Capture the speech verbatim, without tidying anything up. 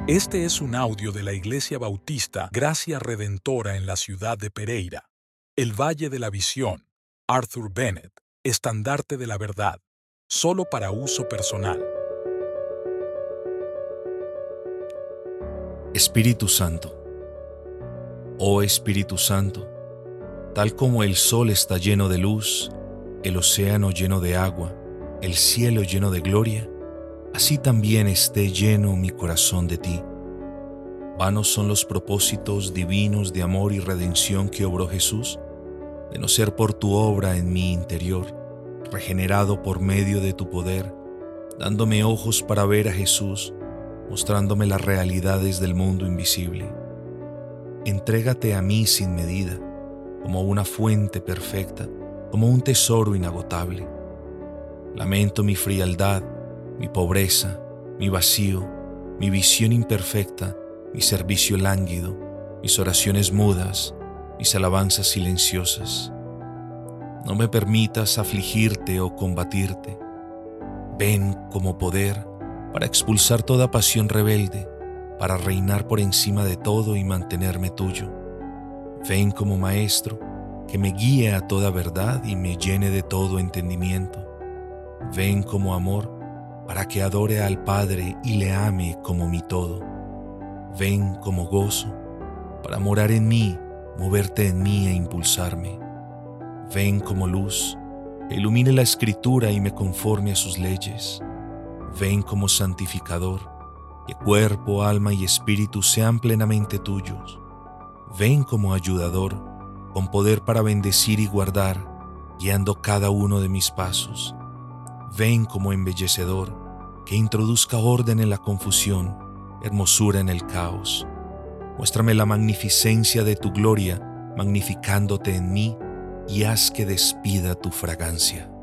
Este es un audio de la Iglesia Bautista Gracia Redentora en la ciudad de Pereira, el Valle de la Visión, Arthur Bennett, Estandarte de la Verdad, solo para uso personal. Espíritu Santo. Oh Espíritu Santo, tal como el sol está lleno de luz, el océano lleno de agua, el cielo lleno de gloria, así también esté lleno mi corazón de ti. Vanos son los propósitos divinos de amor y redención que obró Jesús, de no ser por tu obra en mi interior, regenerado por medio de tu poder, dándome ojos para ver a Jesús, mostrándome las realidades del mundo invisible. Entrégate a mí sin medida, como una fuente perfecta, como un tesoro inagotable. Lamento mi frialdad, mi pobreza, mi vacío, mi visión imperfecta, mi servicio lánguido, mis oraciones mudas, mis alabanzas silenciosas. No me permitas afligirte o combatirte. Ven como poder para expulsar toda pasión rebelde, para reinar por encima de todo y mantenerme tuyo. Ven como maestro que me guíe a toda verdad y me llene de todo entendimiento. Ven como amor para que adore al Padre y le ame como mi todo. Ven como gozo para morar en mí, moverte en mí e impulsarme. Ven como luz que ilumine la Escritura y me conforme a sus leyes. Ven como santificador, que cuerpo, alma y espíritu sean plenamente tuyos. Ven como ayudador, con poder para bendecir y guardar, guiando cada uno de mis pasos. Ven como embellecedor, que introduzca orden en la confusión, hermosura en el caos. Muéstrame la magnificencia de tu gloria, magnificándote en mí, y haz que despida tu fragancia.